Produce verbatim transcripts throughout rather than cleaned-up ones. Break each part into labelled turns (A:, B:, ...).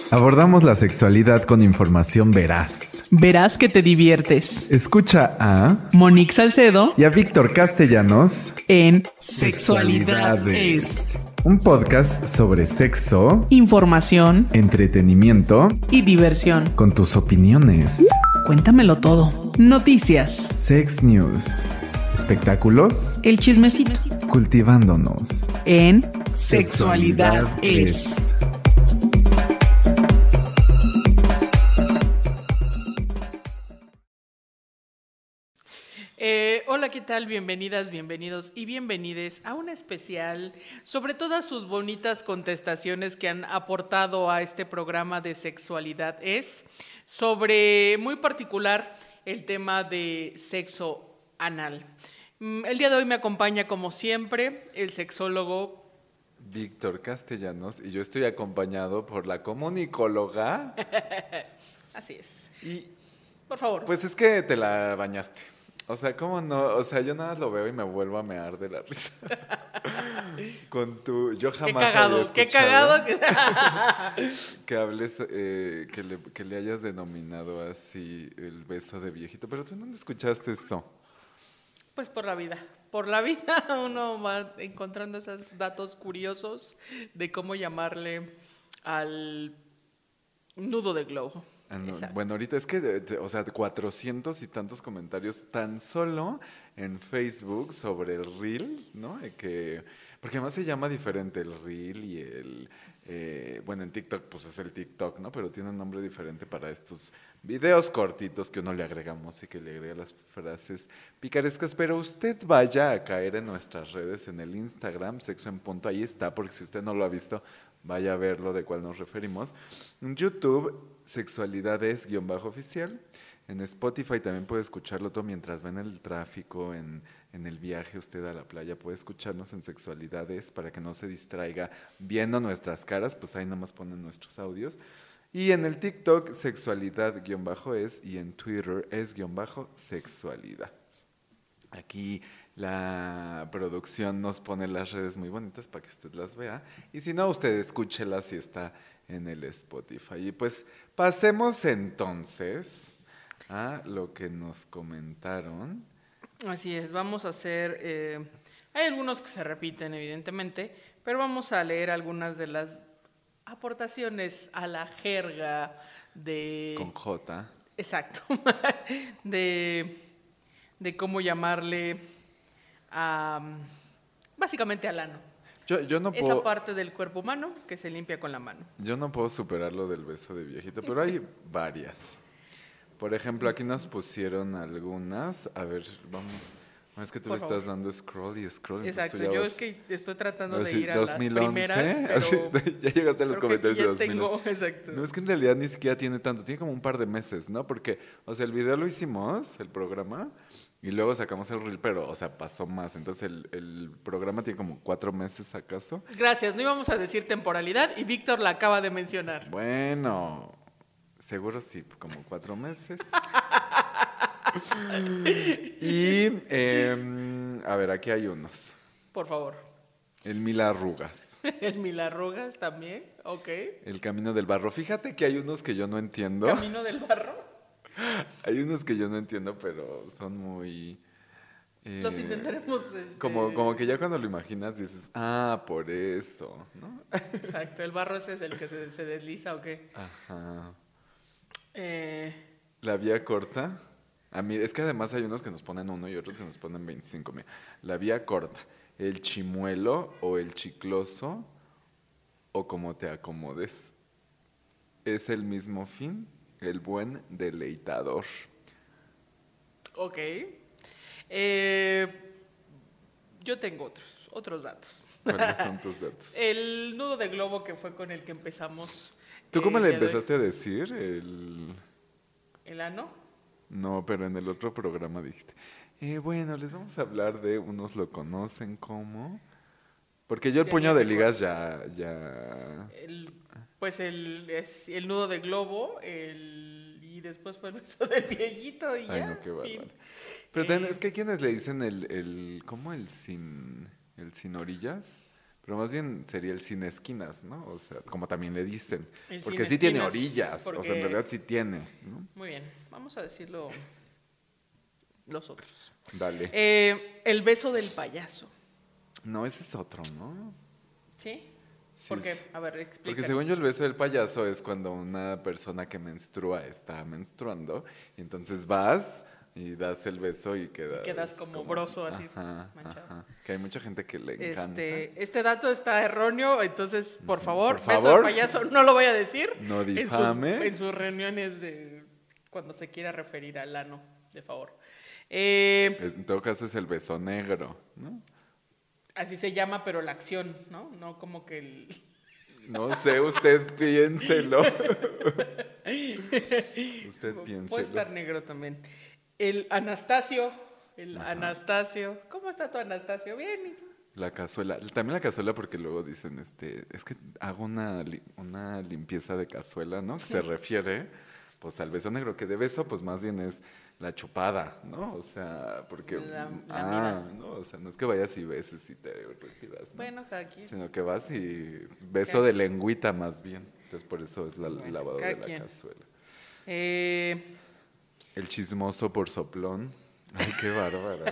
A: Abordamos la sexualidad con información veraz.
B: Verás que te diviertes.
A: Escucha a
B: Monique Salcedo
A: y a Víctor Castellanos
B: en Sexualidad es.
A: Un podcast sobre sexo,
B: Información
A: entretenimiento
B: y diversión.
A: con tus opiniones.
B: Cuéntamelo todo. Noticias.
A: Sex News. Espectáculos.
B: El chismecito.
A: Cultivándonos.
B: En Sexualidad es. Eh, hola, ¿qué tal? Bienvenidas, bienvenidos y bienvenides a un especial sobre todas sus bonitas contestaciones que han aportado a este programa de Sexualidad es, sobre muy particular el tema de sexo anal. El día de hoy me acompaña, como siempre, el sexólogo
A: Víctor Castellanos, y yo estoy acompañado por la comunicóloga.
B: Así es.
A: Y
B: por favor.
A: Pues es que te la bañaste. O sea, ¿cómo no? O sea, yo nada más lo veo y me vuelvo a mear de la risa. Con tu... Yo jamás
B: qué cagado,
A: había
B: qué cagado. Que,
A: que hables, eh, que, le, que le hayas denominado así el beso de viejito. Pero tú no escuchaste esto.
B: Pues por la vida. Por la vida uno va encontrando esos datos curiosos de cómo llamarle al nudo de globo.
A: Ah, no, bueno, ahorita es que, o sea, cuatrocientos y tantos comentarios tan solo en Facebook sobre el Reel, ¿no? Que, porque además se llama diferente el Reel y el... Eh, bueno, en TikTok pues es el TikTok, ¿no? Pero tiene un nombre diferente para estos videos cortitos que uno le agrega música y le agrega las frases picarescas. Pero usted vaya a caer en nuestras redes, en el Instagram, Sexo en Punto, ahí está, porque si usted no lo ha visto, vaya a verlo de cuál nos referimos. En YouTube, Sexualidades guión bajo oficial. En Spotify también puede escucharlo todo mientras va en el tráfico, en, en el viaje usted a la playa. Puede escucharnos en Sexualidades para que no se distraiga viendo nuestras caras, pues ahí nomás ponen nuestros audios. Y en el TikTok, Sexualidad guión bajo es, y en Twitter es guión bajo sexualidad. Aquí la producción nos pone las redes muy bonitas para que usted las vea. Y si no, usted escúchelas si está en el Spotify. Y pues pasemos entonces a lo que nos comentaron.
B: Así es, vamos a hacer... Eh, hay algunos que se repiten, evidentemente, pero vamos a leer algunas de las aportaciones a la jerga de...
A: Con J.
B: Exacto. de, de cómo llamarle a... Básicamente al ano.
A: Yo, yo no
B: Esa
A: puedo,
B: parte del cuerpo humano que se limpia con la mano.
A: yo no puedo superar lo del beso de viejito, pero hay varias. Por ejemplo, aquí nos pusieron algunas. A ver, vamos. No, es que tú
B: Por
A: le
B: favor.
A: estás dando scroll y scroll.
B: Exacto,
A: tú ya
B: yo
A: vas,
B: es que estoy tratando de
A: así,
B: ir a
A: dos mil once,
B: las primeras, pero
A: así, ya llegaste a los
B: creo que
A: comentarios
B: aquí
A: de
B: ya
A: dos mil once.
B: tengo, exacto.
A: No, es que en realidad ni siquiera tiene tanto, tiene como un par de meses, ¿no? Porque, o sea, el video lo hicimos, el programa, y luego sacamos el reel, pero, o sea, pasó más. Entonces, el, el programa tiene como cuatro meses, ¿acaso?
B: Gracias, no íbamos a decir temporalidad y Víctor la acaba de mencionar.
A: Bueno, seguro sí, como cuatro meses. Y, eh, a ver, aquí hay unos.
B: Por favor.
A: El mil arrugas.
B: El mil arrugas también, ok.
A: El camino del barro. Fíjate que hay unos que yo no entiendo.
B: Camino del barro.
A: Hay unos que yo no entiendo, pero son muy... eh,
B: Los intentaremos. Este...
A: Como, como que ya cuando lo imaginas dices, ah, por eso, ¿no?
B: Exacto, el barro ese es el que se, se desliza o qué.
A: Ajá.
B: Eh...
A: La vía corta. A mí, es que además hay unos que nos ponen uno y otros que nos ponen veinticinco. Mira, la vía corta, el chimuelo o el chicloso, o como te acomodes. Es el mismo fin, el buen deleitador.
B: Ok. Eh, yo tengo otros, otros datos.
A: ¿Cuáles son tus datos?
B: El nudo de globo que fue con el que empezamos.
A: ¿Tú cómo
B: eh,
A: le
B: el día de hoy.
A: empezaste a decir? El...
B: ¿El ano?
A: No, pero en el otro programa dijiste, eh, bueno, les vamos a hablar de, unos lo conocen como... Porque yo el
B: Ya
A: puño
B: ni
A: de
B: recuerdo.
A: ligas ya... ya...
B: El, pues el, es el nudo de globo, el, y después fue el beso del viejito y
A: Ay,
B: ya.
A: no, qué bárbaro.
B: fin.
A: Pero también
B: Eh,
A: es que hay quienes le dicen el, el... ¿Cómo el sin... el sin orillas? Pero más bien sería el sin esquinas, ¿no? O sea, como también le dicen.
B: El
A: Porque
B: sin
A: sí tiene
B: esquinas,
A: orillas, o sea, en
B: porque-
A: realidad sí tiene, ¿no?
B: Muy bien, vamos a decirlo los otros.
A: Dale.
B: Eh, el beso del payaso,
A: No, ese es otro, ¿no?
B: ¿sí?
A: Sí,
B: ¿Por qué?
A: sí.
B: A ver,
A: Porque
B: explícanos.
A: según yo el beso del payaso es cuando una persona que menstrua está menstruando y entonces vas y das el beso y quedas,
B: quedas como broso, así,
A: Ajá,
B: manchado.
A: ajá. Que hay mucha gente que le encanta.
B: Este, este dato está erróneo, entonces, por favor,
A: Por
B: beso
A: favor.
B: del payaso no lo voy a decir
A: No
B: en sus,
A: difame.
B: en sus reuniones de cuando se quiera referir al ano, de favor. Eh,
A: Es- En todo caso es el beso negro, ¿no?
B: así se llama, pero la acción, ¿no? No como que el...
A: No sé, usted piénselo. Usted
B: Puede
A: piénselo.
B: estar negro también. El Anastasio, el
A: Ajá.
B: Anastasio. ¿Cómo está tu Anastasio? Bien, ¿y tú?
A: La cazuela, también la cazuela porque luego dicen, este, es que hago una, li- una limpieza de cazuela, ¿no? Que se refiere, pues, al beso negro, que de beso, pues, más bien es la chupada, ¿no? O sea, porque,
B: La- la
A: ah,
B: mirada.
A: no, o sea, no es que vayas y beses y te retiras, ¿no?
B: Bueno, cada quien.
A: Sino que vas y beso
B: Cada-
A: de lengüita más bien, entonces por eso es la
B: Bueno,
A: lavado
B: cada
A: de la
B: quien.
A: cazuela.
B: Eh,
A: El chismoso por soplón, ay, qué bárbaras.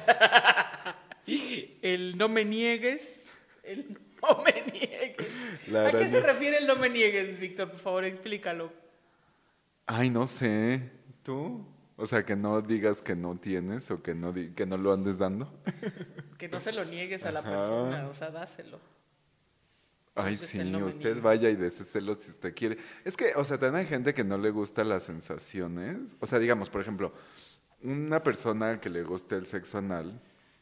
B: el no me niegues. El no me niegues.
A: La
B: ¿A qué se
A: araña.
B: refiere el no me niegues, Víctor? Por favor, explícalo.
A: Ay, no sé, ¿tú? O sea, que no digas que no tienes o que no, di- que no lo andes dando.
B: Que no se lo niegues a la
A: Ajá.
B: persona, o sea, dáselo.
A: Ay,
B: Ese es
A: sí,
B: el no me
A: usted
B: niegues.
A: vaya y déselo si usted quiere. Es que, o sea, también hay gente que no le gusta las sensaciones. O sea, digamos, por ejemplo, una persona que le guste el sexo anal,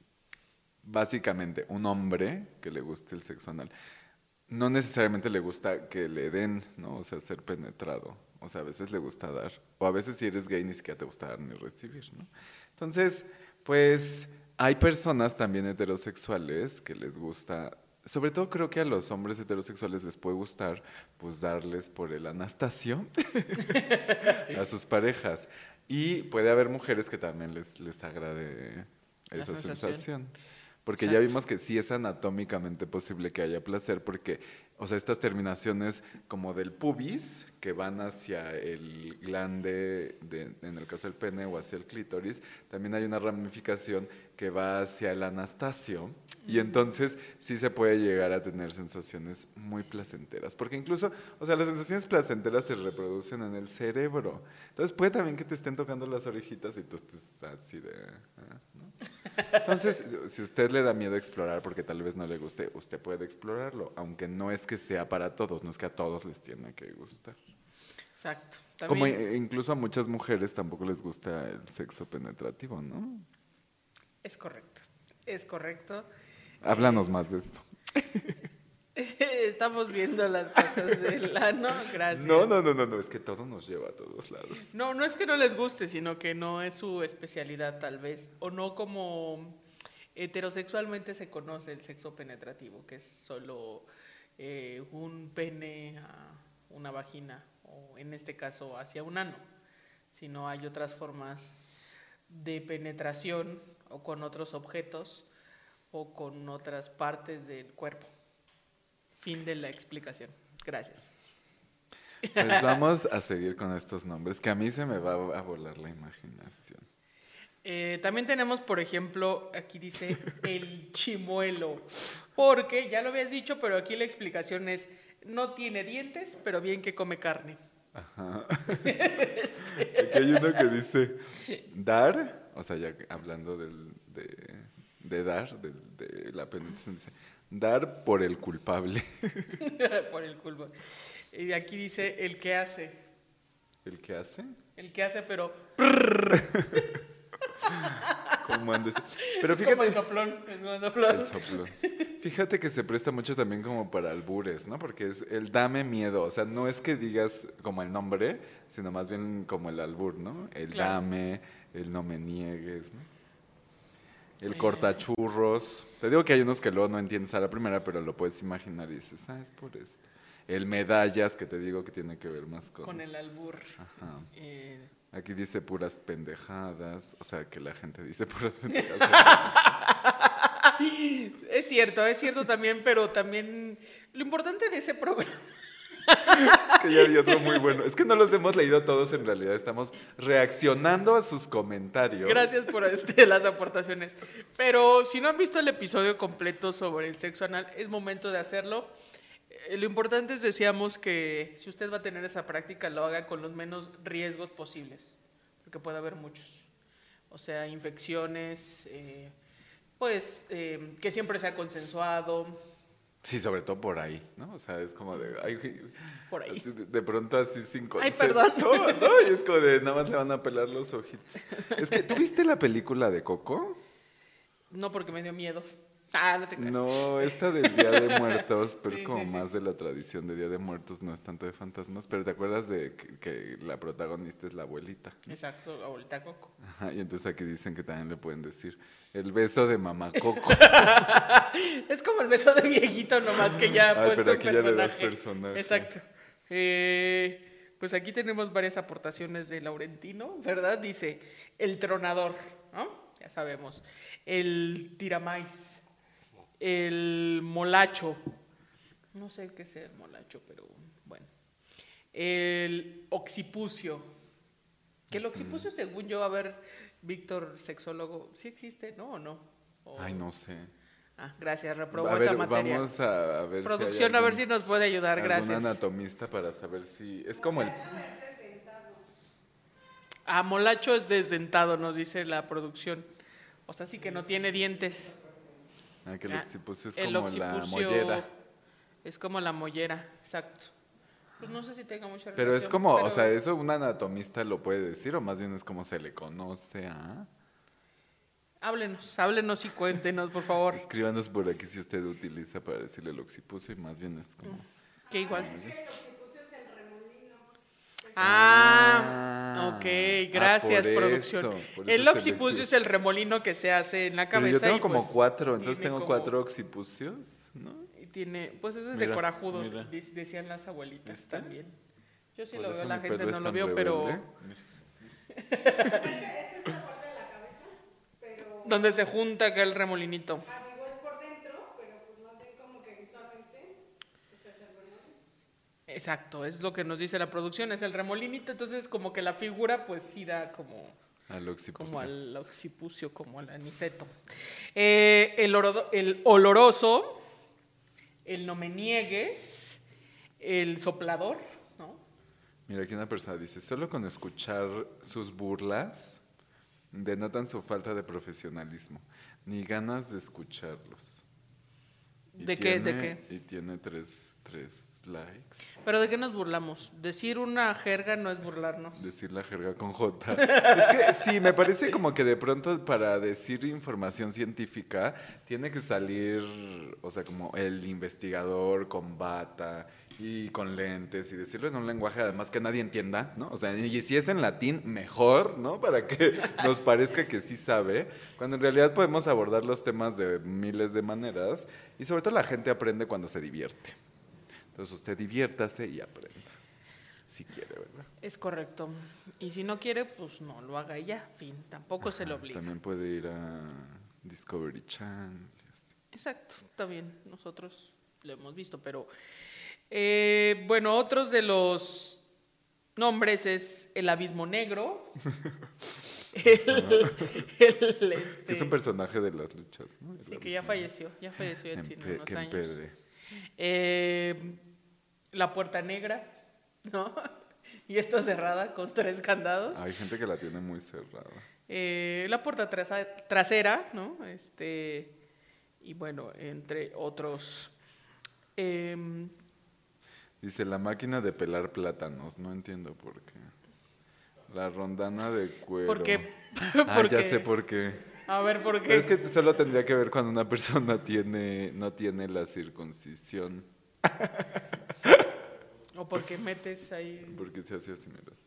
A: básicamente un hombre que le guste el sexo anal, no necesariamente le gusta que le den, ¿no? O sea, ser penetrado. O sea, a veces le gusta dar. O a veces si eres gay ni siquiera te gusta dar ni recibir, ¿no? Entonces, pues hay personas también heterosexuales que les gusta, sobre todo creo que a los hombres heterosexuales les puede gustar, pues darles por el Anastasio a sus parejas. Y puede haber mujeres que también les, les agrade
B: La
A: esa
B: sensación.
A: sensación. Porque ya
B: Exacto.
A: vimos que sí es anatómicamente posible que haya placer, porque, o sea, estas terminaciones como del pubis, que van hacia el glande, de- en el caso del pene, o hacia el clítoris, también hay una ramificación que va hacia el Anastasio, y entonces sí se puede llegar a tener sensaciones muy placenteras, porque incluso, o sea, las sensaciones placenteras se reproducen en el cerebro, entonces puede también que te estén tocando las orejitas y tú estés así de... ah, ¿no? Entonces, si usted le da miedo explorar porque tal vez no le guste, usted puede explorarlo, aunque no es que sea para todos, no es que a todos les tiene que gustar.
B: Exacto.
A: Como
B: También,
A: eh, incluso a muchas mujeres tampoco les gusta el sexo penetrativo, ¿no?
B: es correcto. Es correcto.
A: Háblanos más de esto.
B: Estamos viendo las cosas del ano, gracias.
A: No, no, no, no, no, es que todo nos lleva a todos lados.
B: No, no es que no les guste, sino que no es su especialidad tal vez, o no como heterosexualmente se conoce el sexo penetrativo, que es solo eh, un pene a una vagina, o en este caso hacia un ano, sino hay otras formas de penetración o con otros objetos o con otras partes del cuerpo. Fin de la explicación. Gracias.
A: Pues vamos a seguir con estos nombres, que a mí se me va a volar la imaginación.
B: Eh, también tenemos, por ejemplo, aquí dice el chimuelo, porque ya lo habías dicho, pero aquí la explicación es, no tiene dientes, pero bien que come carne.
A: Ajá. Aquí hay uno que dice dar, o sea, ya que hablando del, de, de dar, del- de, la penetración, dice dar por el culpable.
B: Por el culpa. Y aquí dice el que hace,
A: ¿El que hace?
B: el que hace, pero
A: ¿Cómo andes? Pero
B: es como el
A: fíjate,
B: soplón, es como el soplón.
A: el soplón. Fíjate que se presta mucho también como para albures, ¿no? Porque es el dame miedo, o sea, no es que digas como el nombre, sino más bien como el albur, ¿no? El
B: Claro.
A: dame, el no me niegues, ¿no? El
B: Eh.
A: cortachurros. Te digo que hay unos que luego no entiendes a la primera, pero lo puedes imaginar y dices, ah, es por esto. El medallas, que te digo que tiene que ver más con...
B: Con el albur.
A: Ajá.
B: Eh,
A: Aquí dice puras pendejadas, o sea, que la gente dice puras pendejadas.
B: Es cierto, es cierto también, pero también lo importante de ese programa.
A: Es que ya había otro muy bueno. Es que no los hemos leído todos en realidad. Estamos reaccionando a sus comentarios.
B: Gracias por este, las aportaciones. Pero si no han visto el episodio completo sobre el sexo anal, es momento de hacerlo. Eh, lo importante es, decíamos, que si usted va a tener esa práctica, lo haga con los menos riesgos posibles, porque puede haber muchos. O sea, infecciones, eh, pues eh, que siempre sea consensuado.
A: Sí, sobre todo por ahí, ¿no? O sea, es como de... Ay,
B: Por ahí.
A: así de, de pronto así sin
B: Ay,
A: consenso,
B: perdón.
A: ¿no? Y es como de nada más le van a pelar los ojitos. Es que, ¿tú viste la película de Coco?
B: No, porque me dio miedo. Ah, no te creas.
A: No, esta del Día de Muertos, pero
B: Sí,
A: es como
B: sí, sí.
A: más de la tradición de Día de Muertos, no es tanto de fantasmas, pero ¿te acuerdas de que, que la protagonista es la abuelita?
B: Exacto, ahorita Coco.
A: Ajá, y entonces aquí dicen que también le pueden decir el beso de mamá Coco.
B: Es como el beso de viejito, nomás que ya ha
A: Ay,
B: puesto
A: pero
B: un
A: aquí ya le das
B: personaje.
A: personaje.
B: Exacto. Eh, pues aquí tenemos varias aportaciones de Laurentino, ¿verdad? Dice, el tronador, ¿no? Ya sabemos. El tiramais. El molacho. No sé qué sea el molacho, pero bueno. El occipucio. Que el occipucio, según yo, a ver, Víctor, sexólogo, ¿sí existe, no o no? O...
A: Ay, no sé.
B: Ah, gracias, reprobó
A: A ver,
B: esa materia.
A: vamos a, a ver
B: Producción,
A: si hay algún,
B: a ver si nos puede ayudar,
A: algún
B: gracias.
A: anatomista para saber si... Es como el...
B: Ah, molacho es desdentado, nos dice la producción. O sea, sí que no tiene dientes.
A: Ah, que el
B: Ah,
A: occipucio es
B: el
A: como la
B: occipucio
A: mollera.
B: Es como la mollera, exacto. Pues no sé si tenga mucha relación.
A: Pero es como,
B: pero
A: o sea, ¿eso un anatomista lo puede decir o más bien es como se le conoce a...?
B: Háblenos, háblenos y cuéntenos, por favor.
A: Escríbanos por aquí si usted utiliza para decirle el occipucio y más bien es como...
B: Que igual.
A: Ah,
B: Ah, ok, gracias,
A: ah, por
B: producción.
A: eso, por eso
B: El
A: es el
B: occipucio
A: exi-
B: es el remolino que se hace en la
A: Pero
B: cabeza.
A: yo tengo
B: y,
A: como
B: pues,
A: cuatro, entonces
B: tiene
A: tengo
B: como-
A: cuatro occipucios, ¿no?
B: Y tiene, pues eso es
A: Mira,
B: de corajudos,
A: mira.
B: de- decían las abuelitas
A: ¿Viste?
B: también. Yo sí
A: Por
B: lo
A: eso
B: veo, la
A: mi
B: gente
A: pelo
B: no
A: es
B: lo
A: tan
B: vio, pero
A: rebelde. Mira.
B: donde se junta acá el remolinito. Exacto, es lo que nos dice la producción, es el remolinito, entonces como que la figura pues sí da como,
A: Al occipucio.
B: como al occipucio, como al aniceto. Eh, el, orodo- el oloroso, el no me niegues, el soplador, ¿no?
A: Mira, aquí una persona dice, solo con escuchar sus burlas denotan su falta de profesionalismo, ni ganas de escucharlos. Y
B: ¿De qué? ¿De
A: tiene-
B: qué?
A: Y tiene tres, tres likes.
B: Pero ¿de qué nos burlamos? Decir una jerga no es burlarnos.
A: Decir la jerga con J. Es que sí, me parece como que de pronto para decir información científica tiene que salir, o sea, como el investigador con bata y con lentes y decirlo en un lenguaje además que nadie entienda, ¿no? O sea, y si es en latín, mejor, ¿no? Para que nos parezca que sí sabe, cuando en realidad podemos abordar los temas de miles de maneras y sobre todo la gente aprende cuando se divierte. Entonces usted diviértase y aprenda, si quiere, ¿verdad?
B: Es correcto. Y si no quiere, pues no lo haga y ya, fin, tampoco se lo obliga.
A: También puede ir a Discovery Channel.
B: Exacto, también nosotros lo hemos visto, pero eh, bueno, otros de los nombres es el abismo negro, el, el, este,
A: Es un personaje de las luchas, ¿no?
B: sí, que ya falleció, ya falleció ya
A: En
B: tiene
A: pe-
B: unos
A: que
B: años.
A: empedre.
B: Eh, la puerta negra, ¿no? Y está cerrada con tres candados.
A: Hay gente que la tiene muy cerrada.
B: Eh, la puerta trasa- trasera, ¿no? Este, y bueno, entre otros. Eh,
A: Dice, la máquina de pelar plátanos. No entiendo por qué. La rondana de cuero.
B: ¿Por qué?
A: Ah,
B: ¿Por
A: ya
B: qué?
A: sé por qué.
B: A ver, ¿por qué?
A: Pero es que solo tendría que ver cuando una persona tiene, no tiene la circuncisión.
B: ¿O por qué metes ahí?
A: Porque se hace así, miras.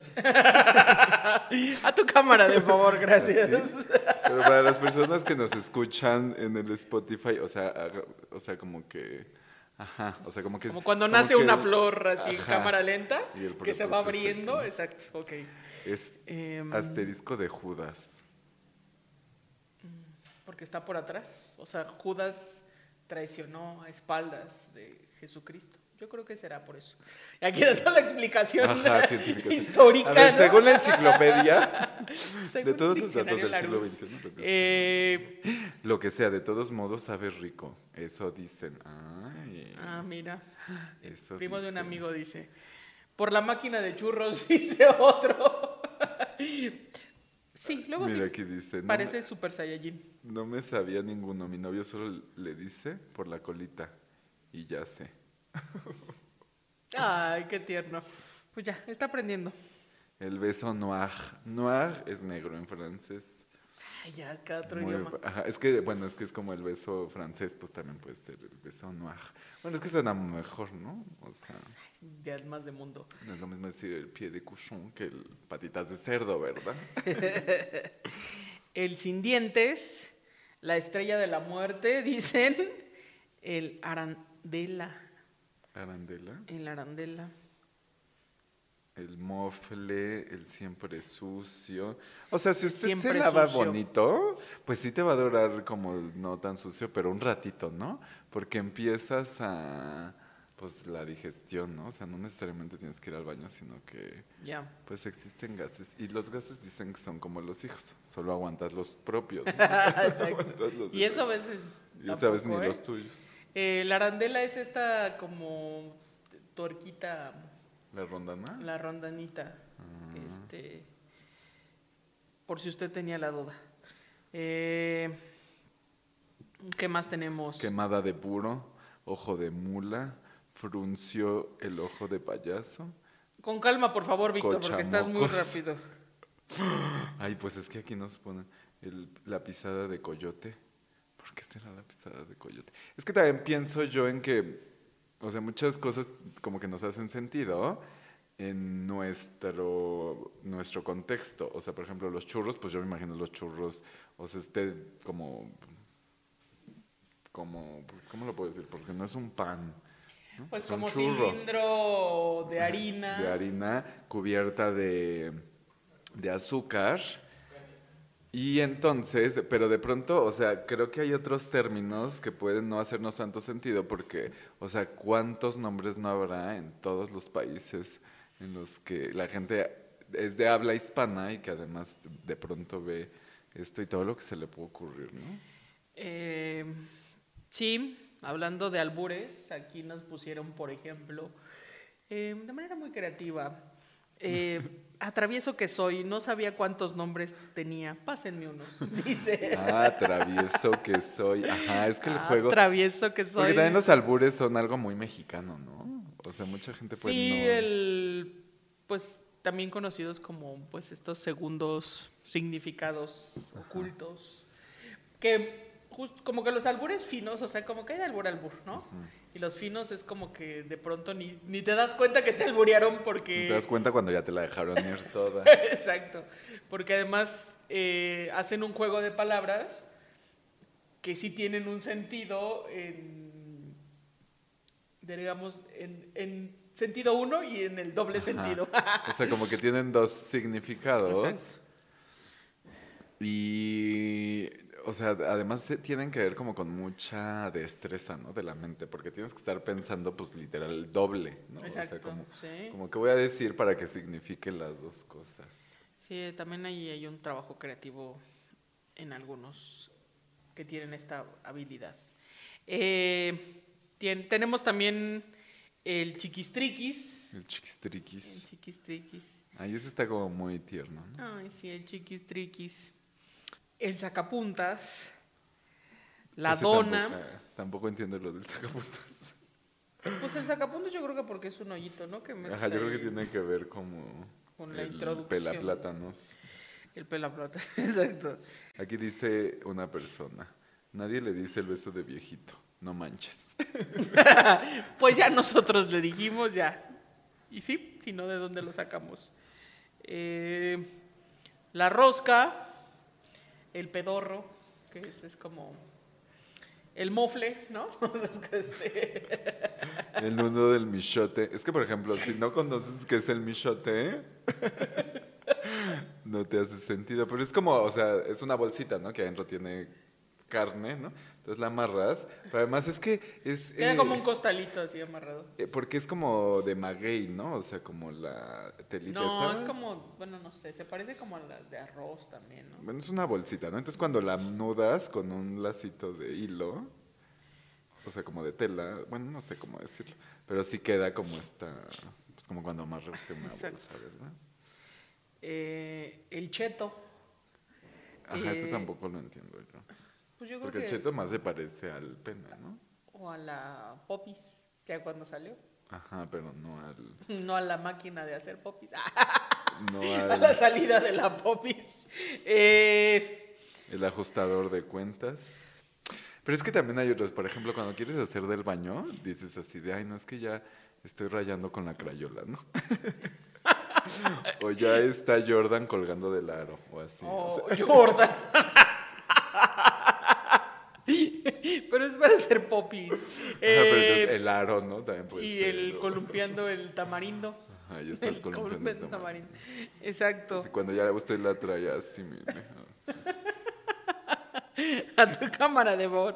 B: A tu cámara, de favor, gracias.
A: Pero para las personas que nos escuchan en el Spotify, o sea, haga- o sea, como que, ajá, o sea, como que
B: Como cuando
A: como
B: nace
A: que
B: una
A: el-
B: flor así en
A: ajá,
B: cámara lenta,
A: y el
B: que se va
A: proceso
B: abriendo.
A: seco.
B: Exacto, ok.
A: Es
B: Em,
A: asterisco de Judas.
B: ¿Por porque está por atrás. O sea, Judas traicionó a espaldas de Jesucristo. Yo creo que será por eso. Y aquí dando la explicación
A: Ajá, científica, sí.
B: histórica.
A: A ver,
B: ¿no?
A: según la enciclopedia,
B: Según
A: de todos
B: el
A: los datos del
B: diccionario
A: siglo
B: Larousse.
A: veintiuno, lo que,
B: Eh,
A: sea. Lo que sea, de todos modos sabe rico. Eso dicen. Ay,
B: ah, mira. El
A: eso
B: primo de un
A: dicen.
B: amigo dice, por la máquina de churros, dice otro. Sí, luego
A: Mira,
B: sí.
A: aquí dice. No
B: Parece Super Saiyajin.
A: me, no me sabía ninguno. Mi novio solo le dice por la colita. Y ya sé.
B: Ay, qué tierno. Pues ya, está aprendiendo.
A: El beso noir. Noir es negro en francés.
B: Ay, ya, cada otro
A: Muy-
B: idioma.
A: ajá, es que, bueno, es que es como el beso francés, pues también puede ser el beso noir. Bueno, es que suena mejor, ¿no? O sea,
B: Ya es más de mundo.
A: no es lo mismo decir el pie de cochon que el patitas de cerdo, ¿verdad?
B: El sin dientes, la estrella de la muerte, dicen. El arandela.
A: Arandela,
B: El arandela.
A: el mofle, el siempre sucio. O sea, si usted se
B: Siempre
A: lava
B: sucio.
A: bonito, pues sí te va a durar como no tan sucio, pero un ratito, ¿no? Porque empiezas a, pues, la digestión, ¿no? O sea, no necesariamente tienes que ir al baño, sino que,
B: Ya.
A: pues, existen gases. Y los gases dicen que son como los hijos, solo aguantas los propios, ¿no? O sea,
B: Exacto.
A: aguantas los
B: Y eso a veces.
A: Y sabes ni
B: tampoco, ¿eh?
A: los tuyos.
B: Eh, la arandela es esta como tuerquita,
A: ¿La rondana?
B: la rondanita.
A: Ah.
B: Este, por si usted tenía la duda. Eh, ¿Qué más tenemos?
A: Quemada de puro, ojo de mula, frunció el ojo de payaso.
B: Con calma, por favor, Víctor, porque estás muy
A: Cochamocos.
B: rápido.
A: Ay, pues es que aquí nos ponen el- la pisada de coyote. ¿Por qué será la pisada de coyote? Es que también pienso yo en que, o sea, muchas cosas como que nos hacen sentido en nuestro, nuestro contexto. O sea, por ejemplo, los churros, pues yo me imagino los churros, o sea, este como, como, pues, ¿cómo lo puedo decir? Porque no es un pan, ¿no?
B: Pues
A: Es un
B: como
A: churro
B: cilindro de harina.
A: de harina cubierta de, de azúcar. Y entonces, pero de pronto, o sea, creo que hay otros términos que pueden no hacernos tanto sentido porque, o sea, ¿cuántos nombres no habrá en todos los países en los que la gente es de habla hispana y que además de pronto ve esto y todo lo que se le puede ocurrir, ¿no?
B: Eh, sí, hablando de albures, aquí nos pusieron, por ejemplo, eh, de manera muy creativa, eh, atravieso que soy, no sabía cuántos nombres tenía, pásenme unos, dice.
A: Ah, travieso que soy. Ajá, es que el
B: Ah,
A: juego...
B: travieso que soy.
A: Porque también los albures son algo muy mexicano, ¿no? O sea, mucha gente puede
B: Sí,
A: no...
B: el, pues también conocidos como pues estos segundos significados ocultos, que just- como que los albures finos, o sea, como que hay de albur a albur, ¿no? Y los finos es como que de pronto ni, ni te das cuenta que te alburearon porque...
A: Te das cuenta cuando ya te la dejaron ir toda.
B: Exacto, porque además eh, hacen un juego de palabras que sí tienen un sentido en, digamos, en, en sentido uno y en el doble
A: Ajá.
B: sentido.
A: O sea, como que tienen dos significados.
B: Exacto.
A: Y, o sea, además te- tienen que ver como con mucha destreza, ¿no? De la mente, porque tienes que estar pensando, pues, literal, el doble, ¿no? O sea,
B: Exacto,
A: como,
B: sí.
A: como que voy a decir para que signifique las dos cosas.
B: Sí, también ahí hay un trabajo creativo en algunos que tienen esta habilidad. Eh, tien- tenemos también el chiquistriquis.
A: El
B: El
A: chiquistriquis.
B: chiquistriquis.
A: Ahí ese está como muy tierno, ¿no?
B: Ay, sí, el chiquistriquis. El sacapuntas. La
A: Ese
B: dona.
A: Tampoco, ah, tampoco entiendo lo del sacapuntas.
B: Pues el sacapuntas yo creo que porque es un hoyito, ¿no? Que metes
A: Ajá, yo creo que
B: ahí
A: tiene que ver como
B: con la
A: el
B: introducción.
A: pelaplátanos.
B: El pelaplata, exacto.
A: Aquí dice una persona, nadie le dice el beso de viejito, no manches.
B: Pues ya nosotros le dijimos, ya. Y sí, si no, ¿de dónde lo sacamos? Eh, la rosca, el pedorro, que es, es como el mofle, ¿no? O sea, es que este-
A: El nudo del michote. Es que, por ejemplo, si no conoces qué es el michote, no te hace sentido. Pero es como, o sea, es una bolsita, ¿no? Que adentro tiene carne, ¿no? Entonces la amarras, pero además es que es...
B: Queda
A: eh,
B: como un costalito así amarrado.
A: eh, porque es como de maguey, ¿no? O sea, como la telita
B: No,
A: esta.
B: es como, bueno, no sé, se parece como a la de arroz también, ¿no?
A: Bueno, es una bolsita, ¿no? Entonces cuando la nudas con un lacito de hilo, o sea, como de tela, bueno, no sé cómo decirlo, pero sí queda como esta, pues como cuando amarra usted una
B: Exacto.
A: bolsa, ¿verdad?
B: Eh, el cheto.
A: Ajá, ese
B: Eh,
A: tampoco lo entiendo yo.
B: Pues yo creo
A: Porque el
B: que...
A: cheto más se parece al pene, ¿no?
B: O a la popis, ya cuando salió.
A: Ajá, pero no al...
B: No a la máquina de hacer popis.
A: No
B: A la
A: al...
B: salida de la popis. Eh,
A: El ajustador de cuentas. Pero es que también hay otros, por ejemplo, cuando quieres hacer del baño, dices así de, ay, no, es que ya estoy rayando con la crayola, ¿no? O ya está Jordan colgando del aro, o así.
B: oh,
A: O sea,
B: Jordan. Pero es para hacer popis.
A: ajá, pero entonces
B: Eh,
A: el aro, ¿no? También puede
B: y
A: ser.
B: el
A: o-
B: columpiando el tamarindo.
A: Ajá, ya estás
B: El
A: columpiando el
B: columpiando el
A: tamaño.
B: tamarindo. Exacto.
A: Así cuando ya usted la trae así, mire.
B: A tu cámara de voz.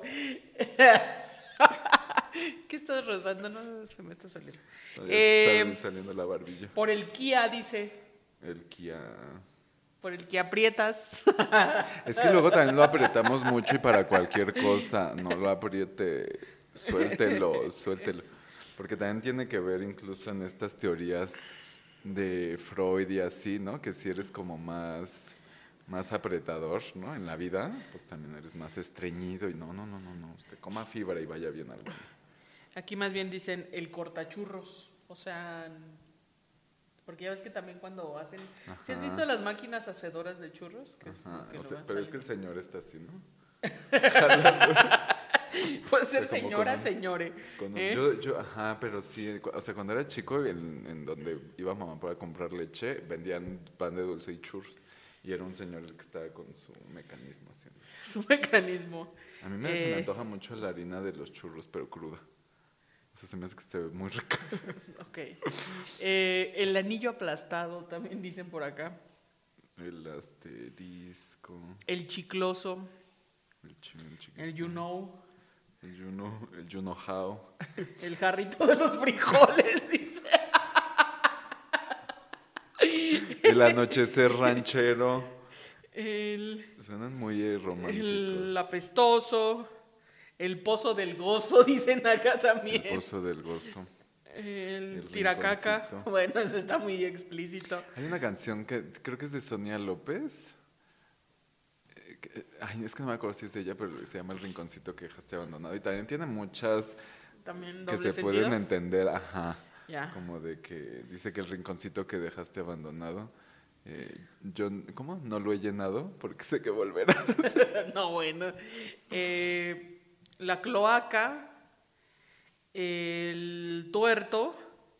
B: ¿Qué estás rozando? No, se me está saliendo.
A: Ya
B: Eh,
A: sale saliendo la barbilla.
B: por el Kia, dice.
A: El Kia.
B: Por el que aprietas.
A: Es que luego también lo apretamos mucho y para cualquier cosa, no lo apriete, suéltelo, suéltelo. Porque también tiene que ver incluso en estas teorías de Freud y así, ¿no? Que si eres como más, más apretador, ¿no? En la vida, pues también eres más estreñido y no, no, no, no, no, usted coma fibra y vaya bien al baño.
B: Aquí más bien dicen el cortachurros. O sea, porque ya ves que también cuando hacen... ¿Si has
A: Ajá.
B: visto las máquinas hacedoras de churros? Que es
A: Ajá,
B: como que
A: o
B: lo
A: sea,
B: van
A: pero es que el
B: saliendo.
A: señor está así, ¿no? Jalando.
B: Puede ser
A: o sea, como
B: señora,
A: con un-
B: señore.
A: Con un-
B: ¿eh?
A: yo, yo, ajá, pero sí, cu- o sea, cuando era chico, en, en donde iba mamá para comprar leche, vendían pan de dulce y churros. Y era un señor el que estaba con su mecanismo haciendo.
B: Su mecanismo.
A: A mí me, se me
B: Eh,
A: antoja mucho la harina de los churros, pero cruda. O sea, se me hace que se ve muy rica.
B: Ok. Eh, el anillo aplastado, también dicen por acá.
A: El asterisco,
B: El chicloso.
A: el chi- el chiquis-
B: El you know.
A: el you know, el you know how.
B: El jarrito de los frijoles, dice.
A: El anochecer ranchero.
B: El,
A: Suenan muy eh, románticos.
B: el apestoso. El pozo del gozo, dicen acá
A: El
B: también.
A: pozo del gozo.
B: El,
A: El
B: tiracaca.
A: rinconcito.
B: Bueno, eso está muy explícito.
A: Hay una canción que creo que es de Sonia López. eh, que- Ay, es que no me acuerdo si es de ella, pero se llama El rinconcito que dejaste abandonado. Y también tiene muchas
B: También
A: que
B: doble
A: se
B: sentido.
A: pueden entender, ajá.
B: Ya.
A: Como de que dice que el rinconcito que dejaste abandonado, eh, yo, ¿cómo? No lo he llenado porque sé que volverá.
B: No, bueno. Eh, la cloaca. El tuerto.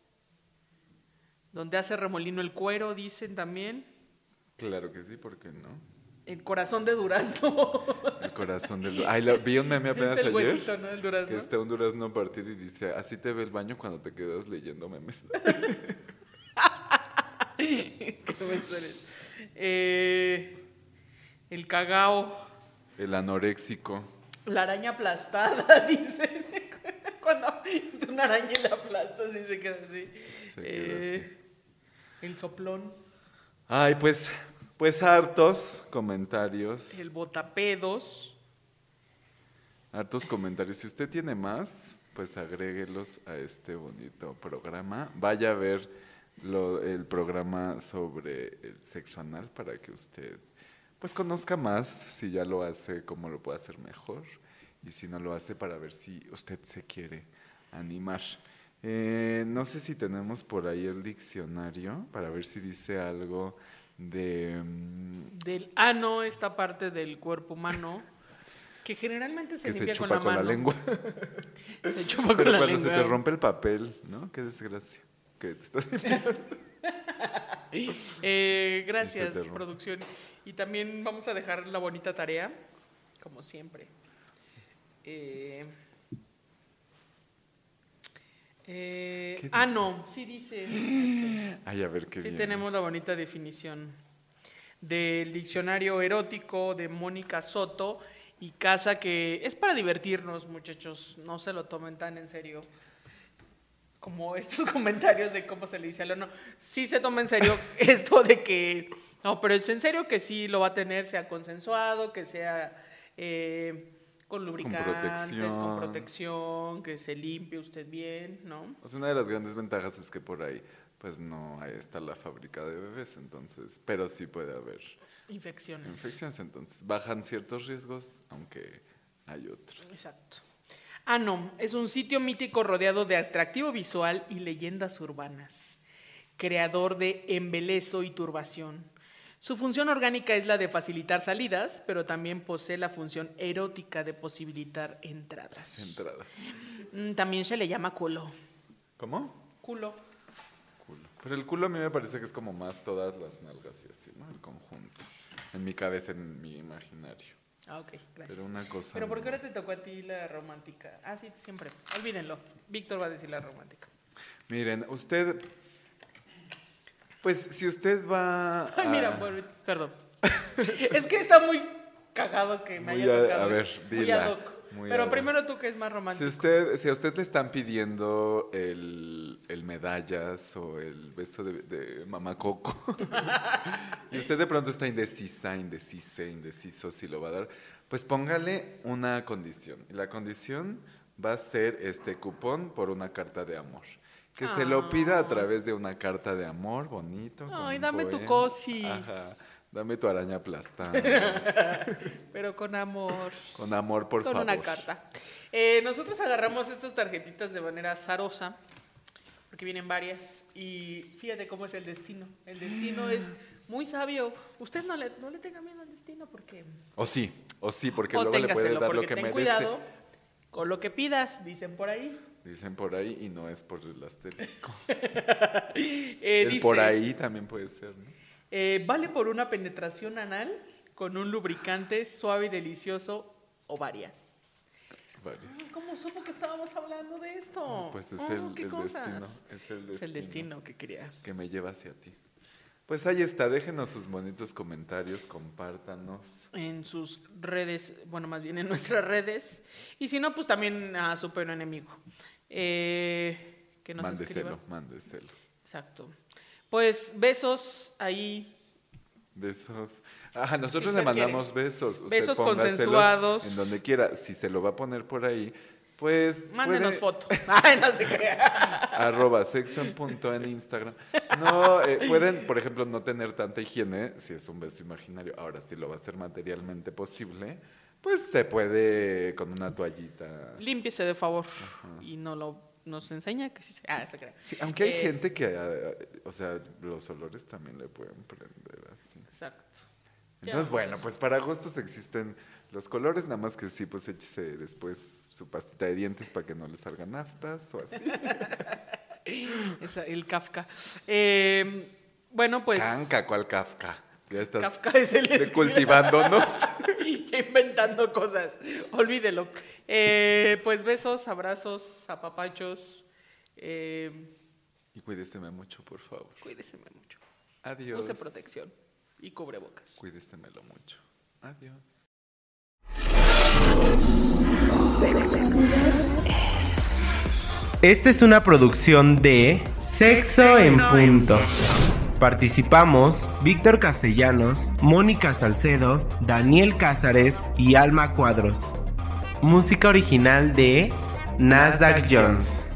B: Donde hace remolino el cuero, dicen también.
A: Claro que sí, ¿por qué no?
B: El corazón de durazno.
A: El corazón del... Ay, lo- vi un meme apenas
B: Es el
A: ayer.
B: huesito, ¿no? El durazno.
A: Que está un durazno partido y dice, así te ve el baño cuando te quedas leyendo memes.
B: Qué menso eres. Eh, el cagao.
A: El anoréxico.
B: La araña aplastada, dicen. Cuando es una araña y la aplastas y se queda así.
A: Se queda
B: Eh, El soplón.
A: Ay, pues, pues hartos comentarios.
B: El botapedos.
A: Hartos comentarios. Si usted tiene más, pues agréguelos a este bonito programa. Vaya a ver lo- el programa sobre el sexo anal para que usted pues conozca más, si ya lo hace, cómo lo puede hacer mejor. Y si no lo hace, para ver si usted se quiere animar. Eh, no sé si tenemos por ahí el diccionario para ver si dice algo de... mm,
B: Del ano, esta parte del cuerpo humano. Que generalmente se
A: que se
B: limpia
A: chupa
B: con la
A: con la
B: mano.
A: lengua.
B: Se chupa con
A: Pero
B: la
A: cuando
B: lengua.
A: se te rompe el papel, ¿no? Qué desgracia. Que te estás
B: Eh,
A: Y se
B: gracias,
A: te rompe.
B: producción. Y también vamos a dejar la bonita tarea, como siempre. Eh, eh,
A: ¿Qué
B: ah,
A: dice?
B: no, sí dice.
A: Ay, a ver qué
B: Sí
A: bien.
B: tenemos la bonita definición del diccionario erótico de Mónica Soto y casa que es para divertirnos, muchachos. No se lo tomen tan en serio como estos comentarios de cómo se le dice al no. Sí se toma en serio esto de que... No, pero es en serio que sí lo va a tener, sea consensuado, que sea eh, con lubricantes, con protección. con protección, que se limpie usted bien, ¿no?
A: O sea, una de las grandes ventajas es que por ahí, pues no ahí está la fábrica de bebés, entonces, pero sí puede haber
B: infecciones.
A: Infecciones, entonces bajan ciertos riesgos, aunque hay otros.
B: Exacto. Ah, no, es un sitio mítico rodeado de atractivo visual y leyendas urbanas, creador de embelezo y turbación. Su función orgánica es la de facilitar salidas, pero también posee la función erótica de posibilitar entradas.
A: Entradas.
B: También se le llama culo.
A: ¿Cómo?
B: Culo.
A: Culo. Pero el culo a mí me parece que es como más todas las nalgas y así, ¿no? El conjunto. En mi cabeza, en mi imaginario.
B: Ah, ok, gracias.
A: Pero una cosa...
B: Pero ¿por qué
A: no.
B: ahora te tocó a ti la romántica? Ah, sí, siempre. Olvídenlo. Víctor va a decir la romántica.
A: Miren, usted... Pues si usted va a...
B: Ay, mira, bueno, perdón. Es que está muy cagado que me
A: Muy
B: haya
A: a-
B: tocado.
A: a ver,
B: eso.
A: dila,
B: Muy ad hoc.
A: muy
B: Pero
A: ad hoc.
B: primero tú, que es más
A: Si,
B: romántico.
A: usted, si a usted le están pidiendo el, el medallas o el beso de, de mamá Coco y usted de pronto está indecisa, indecise, indeciso si lo va a dar, pues póngale una condición. Y la condición va a ser este cupón por una carta de amor. Que se lo pida a través de una carta de amor bonito. con
B: Ay,
A: un
B: dame tu
A: poema.
B: cosi.
A: Ajá, dame tu araña aplastada.
B: Pero con amor.
A: Con amor, por
B: con
A: favor.
B: una carta. Eh, nosotros agarramos estas tarjetitas de manera azarosa, porque vienen varias, y fíjate cómo es el destino. El destino es muy sabio. Usted no le, no le tenga miedo al destino, porque...
A: O sí, o sí, porque
B: o
A: luego le puede
B: téngaselo,
A: dar lo
B: porque
A: que
B: ten
A: merece.
B: cuidado con lo que pidas, dicen por ahí.
A: Dicen por ahí y no es por el asterisco.
B: Eh,
A: el
B: dice,
A: por ahí también puede ser, ¿no?
B: eh, vale por una penetración anal con un lubricante suave y delicioso o varias.
A: Varios.
B: ¿Cómo supo que estábamos hablando de esto?
A: Pues es
B: Oh,
A: el,
B: ¿qué
A: el
B: cosas?
A: destino. Es el destino.
B: Es el destino que quería.
A: Que me lleva hacia ti. Pues ahí está, déjenos sus bonitos comentarios, compártanos.
B: En sus redes, bueno, más bien en nuestras redes. Y si no, pues también a su peor enemigo. Eh, que nos
A: Mándeselo,
B: escriba.
A: mándeselo.
B: Exacto. Pues besos ahí.
A: Besos. Ajá, nosotros
B: Si
A: le
B: usted
A: mandamos
B: quiere.
A: besos. Usted
B: Besos
A: póngaselos
B: consensuados.
A: En donde quiera. Si se lo va a poner por ahí, pues.
B: Mándenos
A: puede-
B: foto. Ay, no se crea.
A: Arroba sexo en punto en Instagram. No, eh, pueden, por ejemplo, no tener tanta higiene si es un beso imaginario. Ahora, si lo va a hacer materialmente posible, pues se puede con una toallita.
B: Límpiese de favor. Y no lo nos enseña que sí se... Ah, se crea.
A: Sí, aunque hay
B: Eh,
A: gente que, eh, o sea, los olores también le pueden prender así.
B: Exacto.
A: Entonces,
B: Ya,
A: bueno,
B: pues.
A: pues para gustos existen los colores, nada más que sí, pues échese después su pastita de dientes para que no le salgan naftas o así.
B: Esa- el Kafka. Eh, bueno, pues...
A: Canca, ¿cuál Kafka? Ya estás
B: Kafka es el
A: de- cultivándonos.
B: Ya inventando cosas. Olvídelo. Eh, pues besos, abrazos, apapachos. Eh,
A: Y cuídeseme mucho, por favor.
B: cuídeseme mucho.
A: Adiós.
B: Use protección y cubrebocas.
A: Cuídesemelo mucho. Adiós.
C: Esta es una producción de Sexo en Punto. Participamos Víctor Castellanos, Mónica Salcedo, Daniel Cázares y Alma Cuadros. Música original de Nasdaq Jones.